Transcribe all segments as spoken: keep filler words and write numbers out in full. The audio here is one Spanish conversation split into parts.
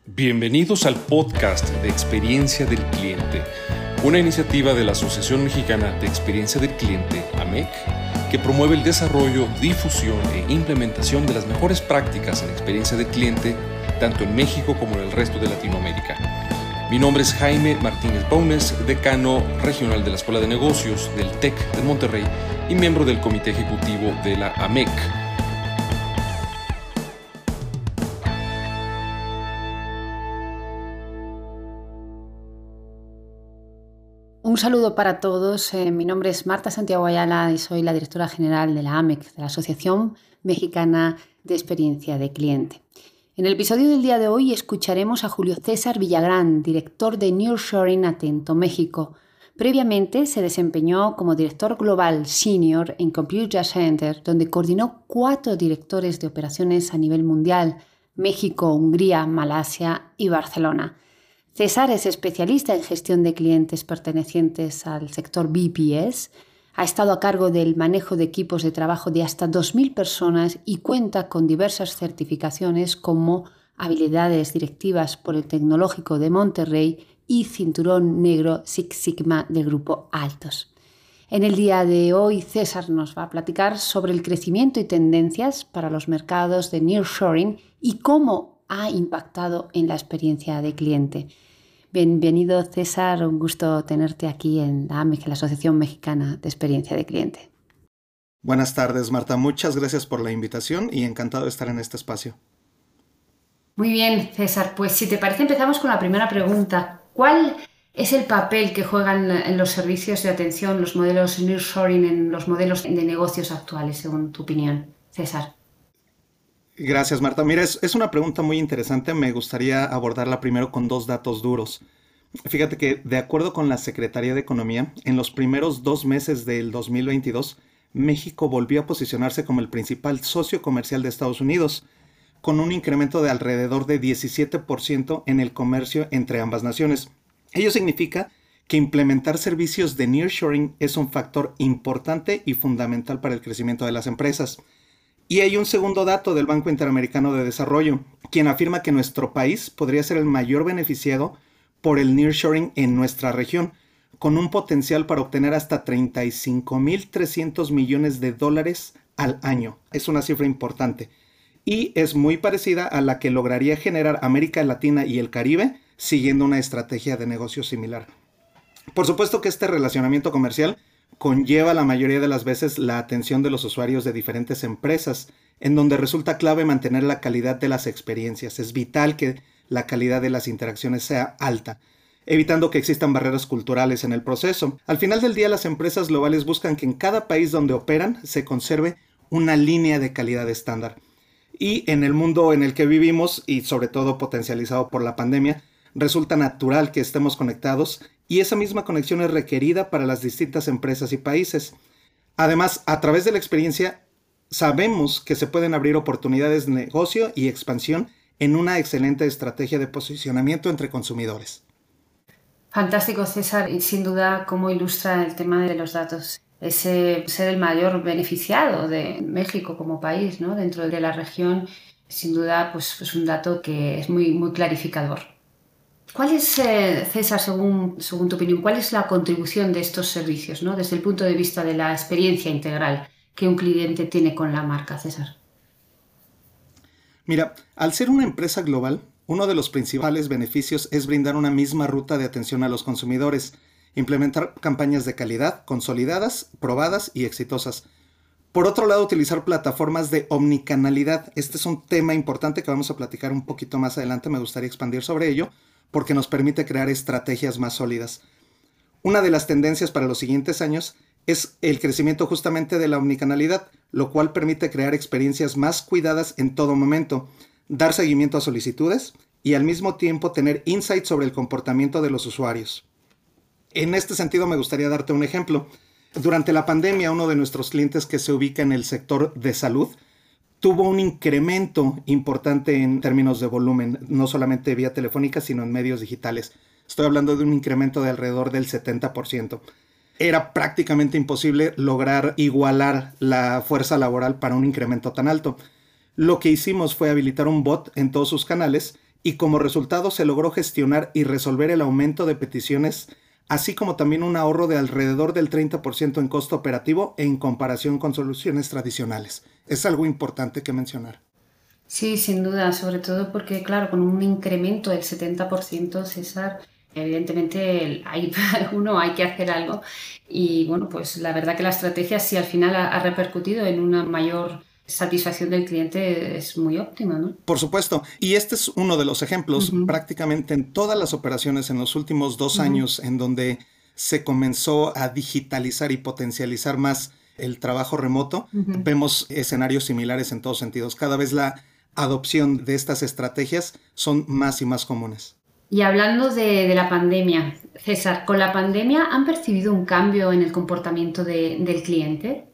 Bienvenidos al podcast de Experiencia del Cliente, una iniciativa de la Asociación Mexicana de Experiencia del Cliente, A M E C, que promueve el desarrollo, difusión e implementación de las mejores prácticas en experiencia del cliente, tanto en México como en el resto de Latinoamérica. Mi nombre es Jaime Martínez Baunes, decano regional de la Escuela de Negocios del TEC de Monterrey y miembro del Comité Ejecutivo de la A M E C. Un saludo para todos. Eh, mi nombre es Marta Santiago Ayala y soy la directora general de la A M E C, de la Asociación Mexicana de Experiencia de Cliente. En el episodio del día de hoy escucharemos a Julio César Villagrán, director de Nearshoring Atento, México. Previamente se desempeñó como director global senior en Computer Center, donde coordinó cuatro directores de operaciones a nivel mundial: México, Hungría, Malasia y Barcelona. César es especialista en gestión de clientes pertenecientes al sector B P S, ha estado a cargo del manejo de equipos de trabajo de hasta dos mil personas y cuenta con diversas certificaciones como habilidades directivas por el Tecnológico de Monterrey y cinturón negro Six Sigma del grupo Altos. En el día de hoy, César nos va a platicar sobre el crecimiento y tendencias para los mercados de nearshoring y cómo ha impactado en la experiencia de cliente. Bienvenido, César, un gusto tenerte aquí en la A M E C, la Asociación Mexicana de Experiencia de Cliente. Buenas tardes, Marta. Muchas gracias por la invitación y encantado de estar en este espacio. Muy bien, César. Pues si te parece, empezamos con la primera pregunta. ¿Cuál es el papel que juegan en los servicios de atención los modelos nearshoring en los modelos de negocios actuales, según tu opinión, César? Gracias, Marta. Mira, es, es una pregunta muy interesante. Me gustaría abordarla primero con dos datos duros. Fíjate que, de acuerdo con la Secretaría de Economía, en los primeros dos meses del dos mil veintidós, México volvió a posicionarse como el principal socio comercial de Estados Unidos, con un incremento de alrededor de diecisiete por ciento en el comercio entre ambas naciones. Ello significa que implementar servicios de nearshoring es un factor importante y fundamental para el crecimiento de las empresas. Y hay un segundo dato del Banco Interamericano de Desarrollo, quien afirma que nuestro país podría ser el mayor beneficiado por el nearshoring en nuestra región, con un potencial para obtener hasta treinta y cinco mil trescientos millones de dólares al año. Es una cifra importante y es muy parecida a la que lograría generar América Latina y el Caribe siguiendo una estrategia de negocio similar. Por supuesto que este relacionamiento comercial conlleva la mayoría de las veces la atención de los usuarios de diferentes empresas, en donde resulta clave mantener la calidad de las experiencias. Es vital que la calidad de las interacciones sea alta, evitando que existan barreras culturales en el proceso. Al final del día, las empresas globales buscan que en cada país donde operan se conserve una línea de calidad estándar. Y en el mundo en el que vivimos, y sobre todo potencializado por la pandemia, resulta natural que estemos conectados y esa misma conexión es requerida para las distintas empresas y países. Además, a través de la experiencia, sabemos que se pueden abrir oportunidades de negocio y expansión en una excelente estrategia de posicionamiento entre consumidores. Fantástico, César, y sin duda cómo ilustra el tema de los datos. Ese ser el mayor beneficiado de México como país, ¿no?, dentro de la región, sin duda, pues, es un dato que es muy, muy clarificador. ¿Cuál es, eh, César, según, según tu opinión, cuál es la contribución de estos servicios, ¿no?, desde el punto de vista de la experiencia integral que un cliente tiene con la marca, César? Mira, al ser una empresa global, uno de los principales beneficios es brindar una misma ruta de atención a los consumidores, implementar campañas de calidad consolidadas, probadas y exitosas. Por otro lado, utilizar plataformas de omnicanalidad. Este es un tema importante que vamos a platicar un poquito más adelante. Me gustaría expandir sobre ello, porque nos permite crear estrategias más sólidas. Una de las tendencias para los siguientes años es el crecimiento justamente de la omnicanalidad, lo cual permite crear experiencias más cuidadas en todo momento, dar seguimiento a solicitudes y al mismo tiempo tener insights sobre el comportamiento de los usuarios. En este sentido, me gustaría darte un ejemplo. Durante la pandemia, uno de nuestros clientes que se ubica en el sector de salud tuvo un incremento importante en términos de volumen, no solamente vía telefónica, sino en medios digitales. Estoy hablando de un incremento de alrededor del setenta por ciento. Era prácticamente imposible lograr igualar la fuerza laboral para un incremento tan alto. Lo que hicimos fue habilitar un bot en todos sus canales y como resultado se logró gestionar y resolver el aumento de peticiones, así como también un ahorro de alrededor del treinta por ciento en costo operativo en comparación con soluciones tradicionales. Es algo importante que mencionar. Sí, sin duda, sobre todo porque, claro, con un incremento del setenta por ciento, César, evidentemente hay, uno hay que hacer algo y, bueno, pues la verdad que la estrategia, si al final ha, ha repercutido en una mayor satisfacción del cliente, es muy óptima, ¿no? Por supuesto, y este es uno de los ejemplos. Uh-huh. Prácticamente en todas las operaciones en los últimos dos Uh-huh. años en donde se comenzó a digitalizar y potencializar más el trabajo remoto, uh-huh. vemos escenarios similares en todos sentidos. Cada vez la adopción de estas estrategias son más y más comunes. Y hablando de, de la pandemia, César, ¿con la pandemia han percibido un cambio en el comportamiento de, del cliente?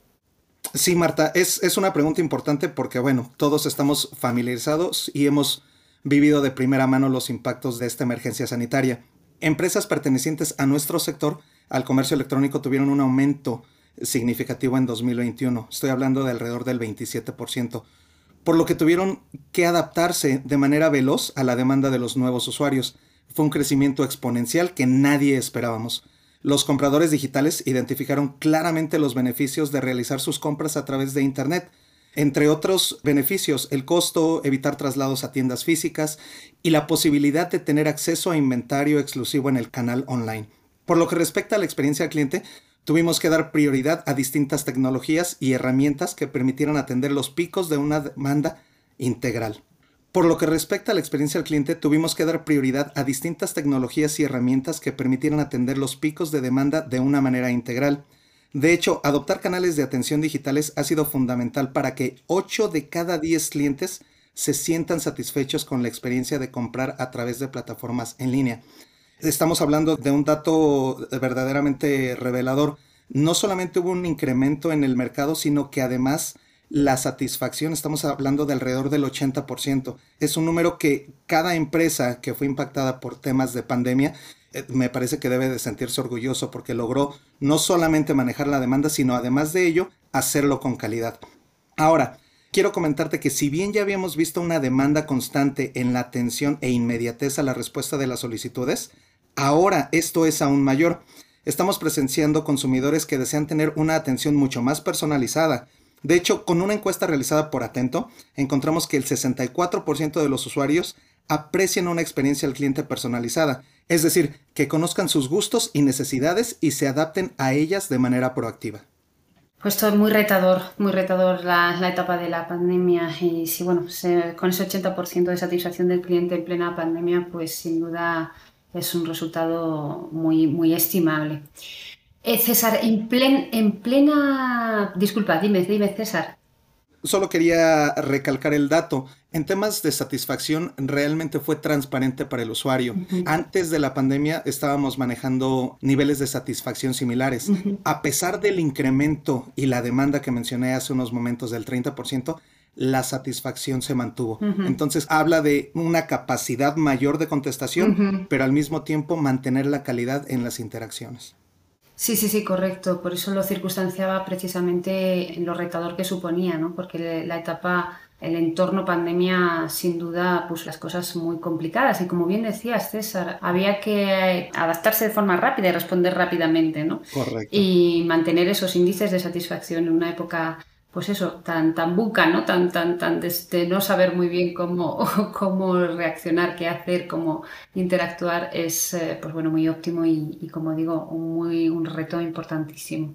Sí, Marta, es, es una pregunta importante porque, bueno, todos estamos familiarizados y hemos vivido de primera mano los impactos de esta emergencia sanitaria. Empresas pertenecientes a nuestro sector, al comercio electrónico, tuvieron un aumento significativo en dos mil veintiuno. Estoy hablando de alrededor del veintisiete por ciento. Por lo que tuvieron que adaptarse de manera veloz a la demanda de los nuevos usuarios. Fue un crecimiento exponencial que nadie esperábamos. Los compradores digitales identificaron claramente los beneficios de realizar sus compras a través de Internet. Entre otros beneficios, el costo, evitar traslados a tiendas físicas y la posibilidad de tener acceso a inventario exclusivo en el canal online. Por lo que respecta a la experiencia del cliente, tuvimos que dar prioridad a distintas tecnologías y herramientas que permitieran atender los picos de una demanda integral. Por lo que respecta a la experiencia del cliente, tuvimos que dar prioridad a distintas tecnologías y herramientas que permitieran atender los picos de demanda de una manera integral. De hecho, adoptar canales de atención digitales ha sido fundamental para que ocho de cada diez clientes se sientan satisfechos con la experiencia de comprar a través de plataformas en línea. Estamos hablando de un dato verdaderamente revelador. No solamente hubo un incremento en el mercado, sino que además la satisfacción, estamos hablando de alrededor del ochenta por ciento. Es un número que cada empresa que fue impactada por temas de pandemia, eh, me parece que debe de sentirse orgulloso porque logró no solamente manejar la demanda, sino además de ello, hacerlo con calidad. Ahora, quiero comentarte que si bien ya habíamos visto una demanda constante en la atención e inmediatez a la respuesta de las solicitudes, ahora esto es aún mayor. Estamos presenciando consumidores que desean tener una atención mucho más personalizada. De hecho, con una encuesta realizada por Atento, encontramos que el sesenta y cuatro por ciento de los usuarios aprecian una experiencia al cliente personalizada, es decir, que conozcan sus gustos y necesidades y se adapten a ellas de manera proactiva. Pues todo muy retador, muy retador la, la etapa de la pandemia y sí, bueno, se, con ese ochenta por ciento de satisfacción del cliente en plena pandemia, pues sin duda es un resultado muy, muy estimable. Eh, César, en, plen, en plena... Disculpa, dime, dime César. Solo quería recalcar el dato. En temas de satisfacción realmente fue transparente para el usuario. Uh-huh. Antes de la pandemia estábamos manejando niveles de satisfacción similares. Uh-huh. A pesar del incremento y la demanda que mencioné hace unos momentos del treinta por ciento, la satisfacción se mantuvo. Uh-huh. Entonces habla de una capacidad mayor de contestación, uh-huh. pero al mismo tiempo mantener la calidad en las interacciones. Sí, sí, sí, correcto. Por eso lo circunstanciaba precisamente en lo retador que suponía, ¿no? Porque la etapa, el entorno pandemia, sin duda, puso las cosas muy complicadas. Y como bien decías, César, había que adaptarse de forma rápida y responder rápidamente, ¿no? Correcto. Y mantener esos índices de satisfacción en una época, pues eso, tan, tan buca, ¿no? Tan, tan, tan de, de no saber muy bien cómo, cómo reaccionar, qué hacer, cómo interactuar, es, eh, pues bueno, muy óptimo y, y como digo, un, muy, un reto importantísimo.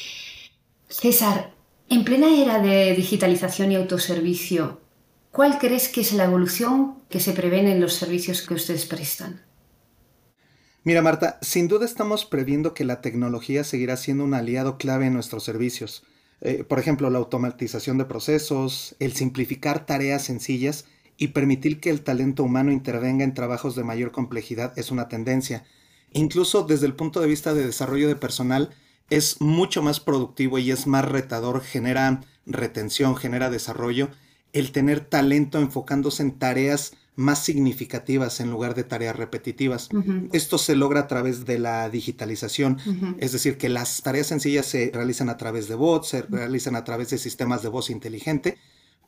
César, en plena era de digitalización y autoservicio, ¿cuál crees que es la evolución que se prevén en los servicios que ustedes prestan? Mira, Marta, sin duda estamos previendo que la tecnología seguirá siendo un aliado clave en nuestros servicios. Eh, por ejemplo, la automatización de procesos, el simplificar tareas sencillas y permitir que el talento humano intervenga en trabajos de mayor complejidad es una tendencia. Incluso desde el punto de vista de desarrollo de personal es mucho más productivo y es más retador, genera retención, genera desarrollo, el tener talento enfocándose en tareas más significativas en lugar de tareas repetitivas. Uh-huh. Esto se logra a través de la digitalización, uh-huh. es decir, que las tareas sencillas se realizan a través de bots, se uh-huh. realizan a través de sistemas de voz inteligente,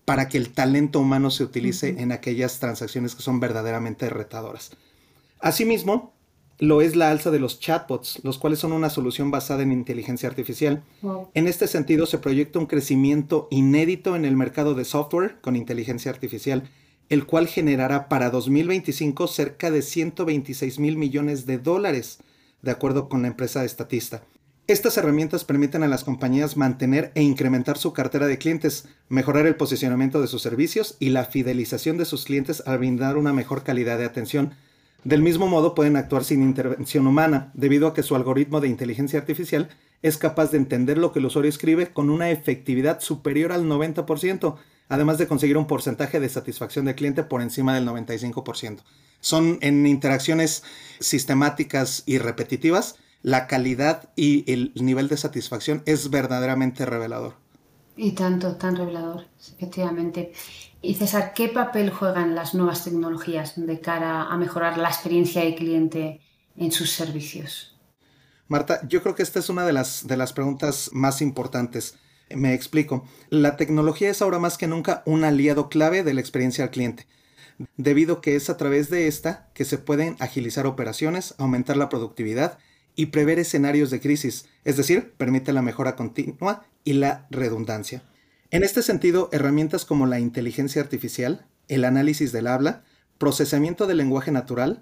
para que el talento humano se utilice uh-huh. en aquellas transacciones que son verdaderamente retadoras. Asimismo, lo es la alza de los chatbots, los cuales son una solución basada en inteligencia artificial. Wow. En este sentido, se proyecta un crecimiento inédito en el mercado de software con inteligencia artificial, el cual generará para dos mil veinticinco cerca de ciento veintiséis mil millones de dólares, de acuerdo con la empresa Statista. Estas herramientas permiten a las compañías mantener e incrementar su cartera de clientes, mejorar el posicionamiento de sus servicios y la fidelización de sus clientes al brindar una mejor calidad de atención. Del mismo modo, pueden actuar sin intervención humana, debido a que su algoritmo de inteligencia artificial es capaz de entender lo que el usuario escribe con una efectividad superior al noventa por ciento, además de conseguir un porcentaje de satisfacción del cliente por encima del noventa y cinco por ciento. Son en interacciones sistemáticas y repetitivas, la calidad y el nivel de satisfacción es verdaderamente revelador. Y tanto, tan revelador, efectivamente. Y César, ¿qué papel juegan las nuevas tecnologías de cara a mejorar la experiencia del cliente en sus servicios? Marta, yo creo que esta es una de las, de las preguntas más importantes. Me explico. La tecnología es ahora más que nunca un aliado clave de la experiencia al cliente, debido a que es a través de esta que se pueden agilizar operaciones, aumentar la productividad y prever escenarios de crisis, es decir, permite la mejora continua y la redundancia. En este sentido, herramientas como la inteligencia artificial, el análisis del habla, procesamiento del lenguaje natural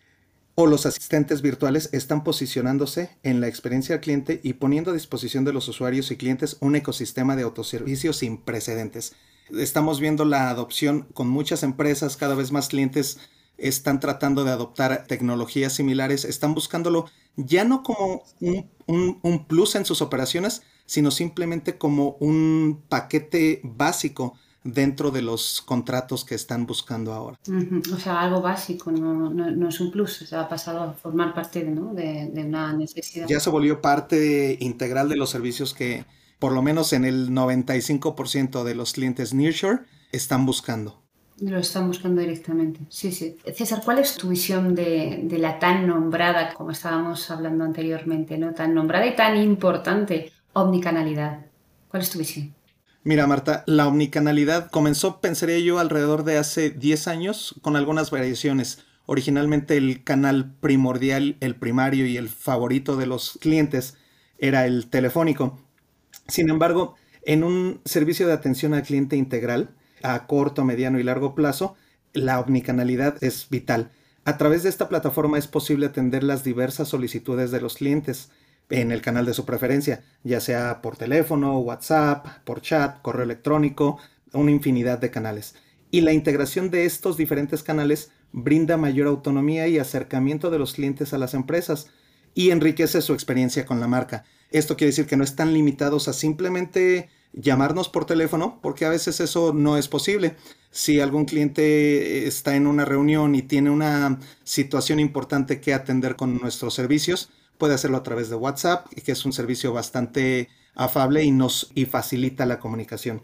o los asistentes virtuales están posicionándose en la experiencia del cliente y poniendo a disposición de los usuarios y clientes un ecosistema de autoservicios sin precedentes. Estamos viendo la adopción con muchas empresas, cada vez más clientes están tratando de adoptar tecnologías similares, están buscándolo ya no como un, un, un plus en sus operaciones, sino simplemente como un paquete básico dentro de los contratos que están buscando ahora. Uh-huh. O sea, algo básico, no, no, no es un plus, o sea, ha pasado a formar parte de, ¿no? de, de una necesidad. Ya se volvió parte integral de los servicios que, por lo menos en el noventa y cinco por ciento de los clientes nearshore, están buscando. Lo están buscando directamente, sí, sí. César, ¿cuál es tu visión de, de la tan nombrada, como estábamos hablando anteriormente, ¿no? Tan nombrada y tan importante omnicanalidad? ¿Cuál es tu visión? Mira, Marta, la omnicanalidad comenzó, pensaría yo, alrededor de hace diez años con algunas variaciones. Originalmente el canal primordial, el primario y el favorito de los clientes era el telefónico. Sin embargo, en un servicio de atención al cliente integral, a corto, mediano y largo plazo, la omnicanalidad es vital. A través de esta plataforma es posible atender las diversas solicitudes de los clientes en el canal de su preferencia, ya sea por teléfono, WhatsApp, por chat, correo electrónico, una infinidad de canales. Y la integración de estos diferentes canales brinda mayor autonomía y acercamiento de los clientes a las empresas y enriquece su experiencia con la marca. Esto quiere decir que no están limitados a simplemente llamarnos por teléfono, porque a veces eso no es posible. Si algún cliente está en una reunión y tiene una situación importante que atender con nuestros servicios, puede hacerlo a través de WhatsApp, que es un servicio bastante afable y nos y facilita la comunicación.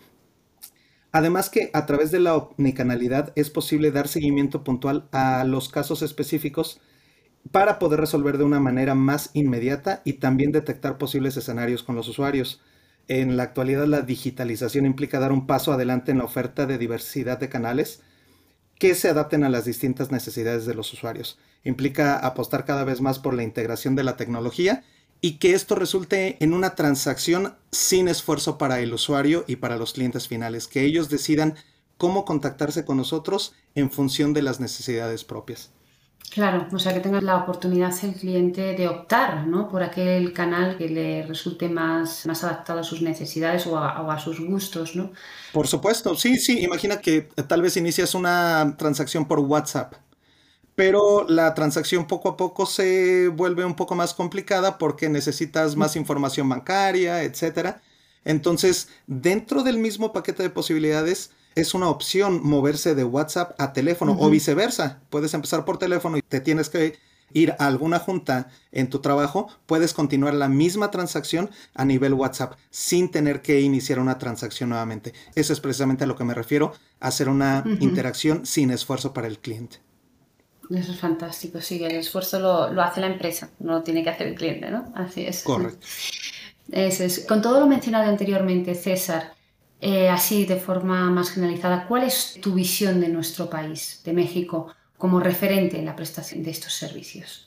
Además que a través de la omnicanalidad es posible dar seguimiento puntual a los casos específicos para poder resolver de una manera más inmediata y también detectar posibles escenarios con los usuarios. En la actualidad, la digitalización implica dar un paso adelante en la oferta de diversidad de canales que se adapten a las distintas necesidades de los usuarios. Implica apostar cada vez más por la integración de la tecnología y que esto resulte en una transacción sin esfuerzo para el usuario y para los clientes finales, que ellos decidan cómo contactarse con nosotros en función de las necesidades propias. Claro, o sea, que tenga la oportunidad el cliente de optar, ¿no?, por aquel canal que le resulte más, más adaptado a sus necesidades o a, o a sus gustos, ¿no? Por supuesto, sí, sí. Imagina que tal vez inicias una transacción por WhatsApp, pero la transacción poco a poco se vuelve un poco más complicada porque necesitas más información bancaria, etcétera. Entonces, dentro del mismo paquete de posibilidades, es una opción moverse de WhatsApp a teléfono uh-huh. o viceversa. Puedes empezar por teléfono y te tienes que ir a alguna junta en tu trabajo. Puedes continuar la misma transacción a nivel WhatsApp sin tener que iniciar una transacción nuevamente. Eso es precisamente a lo que me refiero, hacer una uh-huh. interacción sin esfuerzo para el cliente. Eso es fantástico, sí, el esfuerzo lo, lo hace la empresa, no lo tiene que hacer el cliente, ¿no? Así es. Correcto. Eso es. Con todo lo mencionado anteriormente, César, Eh, así, de forma más generalizada, ¿cuál es tu visión de nuestro país, de México, como referente en la prestación de estos servicios?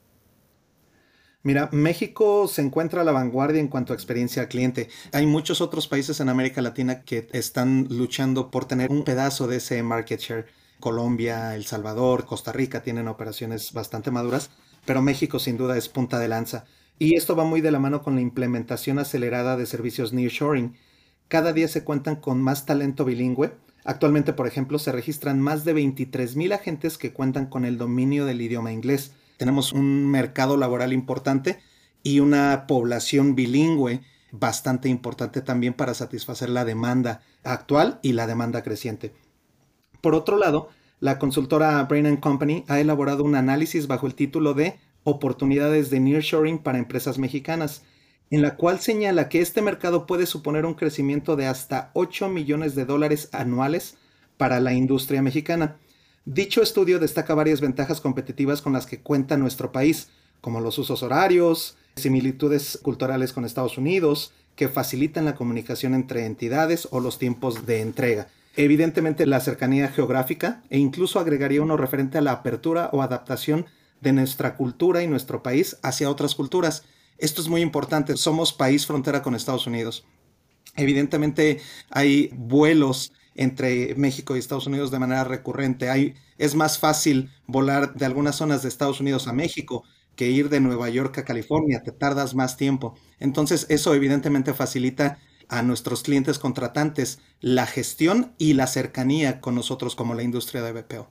Mira, México se encuentra a la vanguardia en cuanto a experiencia al cliente. Hay muchos otros países en América Latina que están luchando por tener un pedazo de ese market share. Colombia, El Salvador, Costa Rica tienen operaciones bastante maduras, pero México sin duda es punta de lanza. Y esto va muy de la mano con la implementación acelerada de servicios nearshoring. Cada día se cuentan con más talento bilingüe. Actualmente, por ejemplo, se registran más de veintitrés mil agentes que cuentan con el dominio del idioma inglés. Tenemos un mercado laboral importante y una población bilingüe bastante importante también para satisfacer la demanda actual y la demanda creciente. Por otro lado, la consultora Brain and Company ha elaborado un análisis bajo el título de Oportunidades de Nearshoring para empresas mexicanas, en la cual señala que este mercado puede suponer un crecimiento de hasta ocho millones de dólares anuales para la industria mexicana. Dicho estudio destaca varias ventajas competitivas con las que cuenta nuestro país, como los usos horarios, similitudes culturales con Estados Unidos, que facilitan la comunicación entre entidades o los tiempos de entrega. Evidentemente la cercanía geográfica e incluso agregaría uno referente a la apertura o adaptación de nuestra cultura y nuestro país hacia otras culturas. Esto es muy importante, somos país frontera con Estados Unidos. Evidentemente hay vuelos entre México y Estados Unidos de manera recurrente. Hay, es más fácil volar de algunas zonas de Estados Unidos a México que ir de Nueva York a California, te tardas más tiempo. Entonces eso evidentemente facilita a nuestros clientes contratantes la gestión y la cercanía con nosotros como la industria de B P O.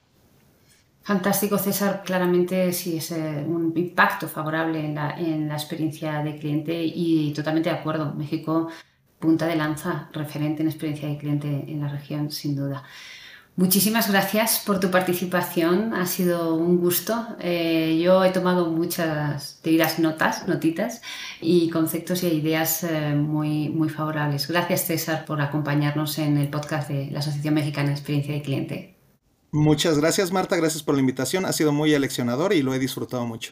Fantástico, César. Claramente sí es eh, un impacto favorable en la, en la experiencia de cliente y totalmente de acuerdo. México, punta de lanza, referente en experiencia de cliente en la región, sin duda. Muchísimas gracias por tu participación, ha sido un gusto. Eh, yo he tomado muchas, te dirás, notas, notitas y conceptos y ideas eh, muy, muy favorables. Gracias, César, por acompañarnos en el podcast de la Asociación Mexicana de Experiencia de Cliente. Muchas gracias, Marta, gracias por la invitación, ha sido muy aleccionador y lo he disfrutado mucho.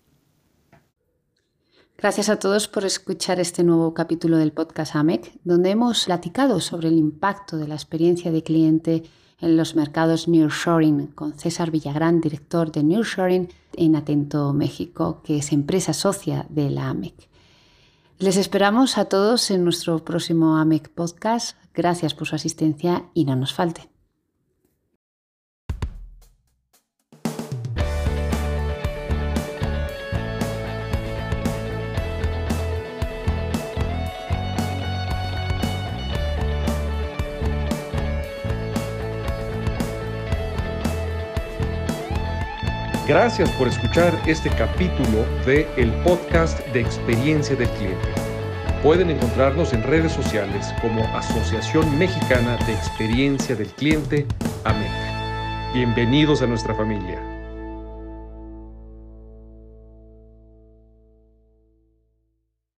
Gracias a todos por escuchar este nuevo capítulo del podcast A M E C, donde hemos platicado sobre el impacto de la experiencia de cliente en los mercados Nearshoring, con César Villagrán, director de Nearshoring en Atento México, que es empresa socia de la A M E C. Les esperamos a todos en nuestro próximo A M E C Podcast. Gracias por su asistencia y no nos falte. Gracias por escuchar este capítulo de el podcast de Experiencia del Cliente. Pueden encontrarnos en redes sociales como Asociación Mexicana de Experiencia del Cliente, A M E C. Bienvenidos a nuestra familia.